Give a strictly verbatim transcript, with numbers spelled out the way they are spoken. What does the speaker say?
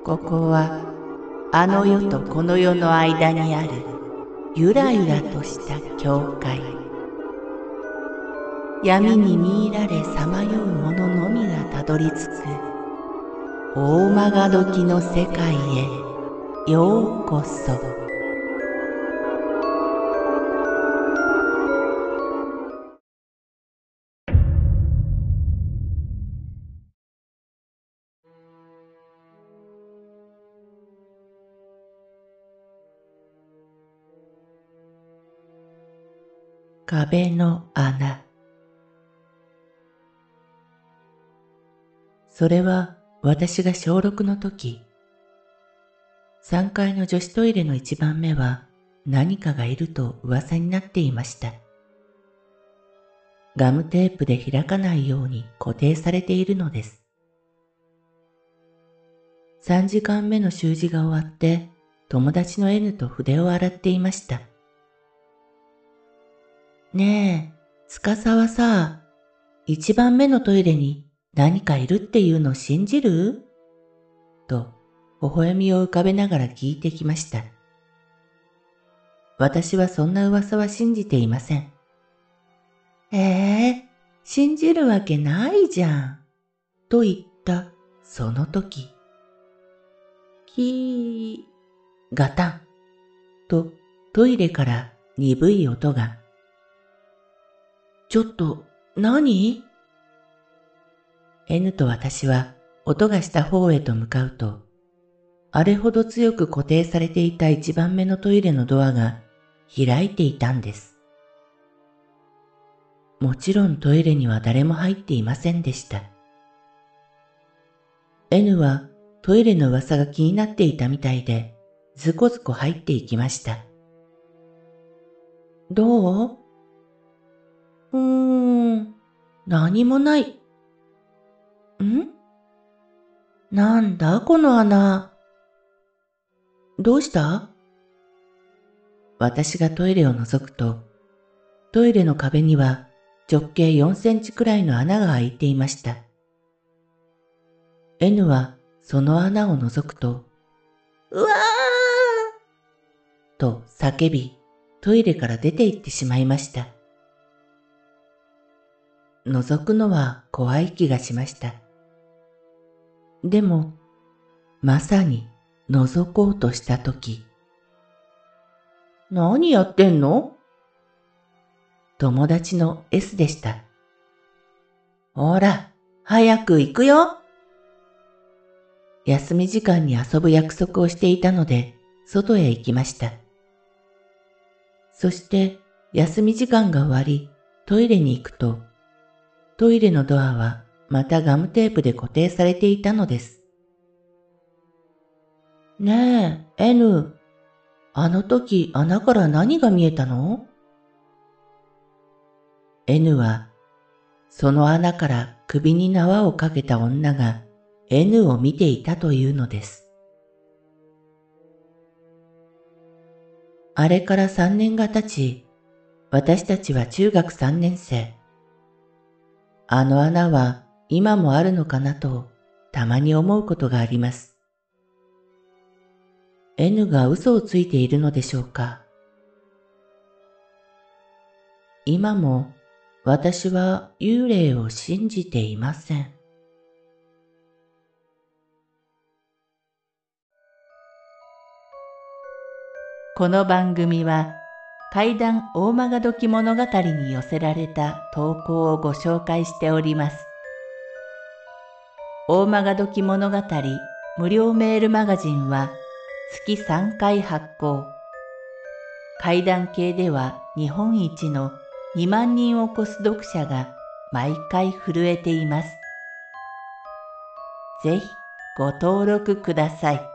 ここはあの世とこの世の間にあるゆらゆらとした境界。闇に見入られさまよう者のみがたどり着く大曲どきの世界へようこそ。壁の穴。それは私が小ろくの時、さんがいの女子トイレの一番目は何かがいると噂になっていました。ガムテープで開かないように固定されているのです。さんじかんめの習字が終わって友達の N と筆を洗っていました。ねえ、司はさ、一番目のトイレに何かいるっていうの信じる？と、微笑みを浮かべながら聞いてきました。私はそんな噂は信じていません。ええ、信じるわけないじゃん。と言ったその時、キー、ガタン、とトイレから鈍い音が。ちょっと、何？ N と私は音がした方へと向かうと、あれほど強く固定されていた一番目のトイレのドアが開いていたんです。もちろんトイレには誰も入っていませんでした。N はトイレの噂が気になっていたみたいで、ずこずこ入っていきました。どう？うーん、何もない。ん？なんだこの穴。どうした？私がトイレを覗くと、トイレの壁には直径よんセンチくらいの穴が開いていました。N はその穴を覗くと、うわーと叫び、トイレから出て行ってしまいました。覗くのは怖い気がしました。でも、まさに覗こうとしたとき、何やってんの？友達の S でした。ほら、早く行くよ。休み時間に遊ぶ約束をしていたので、外へ行きました。そして、休み時間が終わり、トイレに行くと、トイレのドアはまたガムテープで固定されていたのです。ねえ、N、あの時穴から何が見えたの？ N は、その穴から首に縄をかけた女が N を見ていたというのです。あれからさんねんが経ち、私たちは中学さんねん生。あの穴は今もあるのかなとたまに思うことがあります。N が嘘をついているのでしょうか。今も私は幽霊を信じていません。この番組は怪談大曲どき物語に寄せられた投稿をご紹介しております。大曲どき物語無料メールマガジンは月さんかい発行。怪談系では日本一のにまんにんを超す読者が毎回震えています。ぜひご登録ください。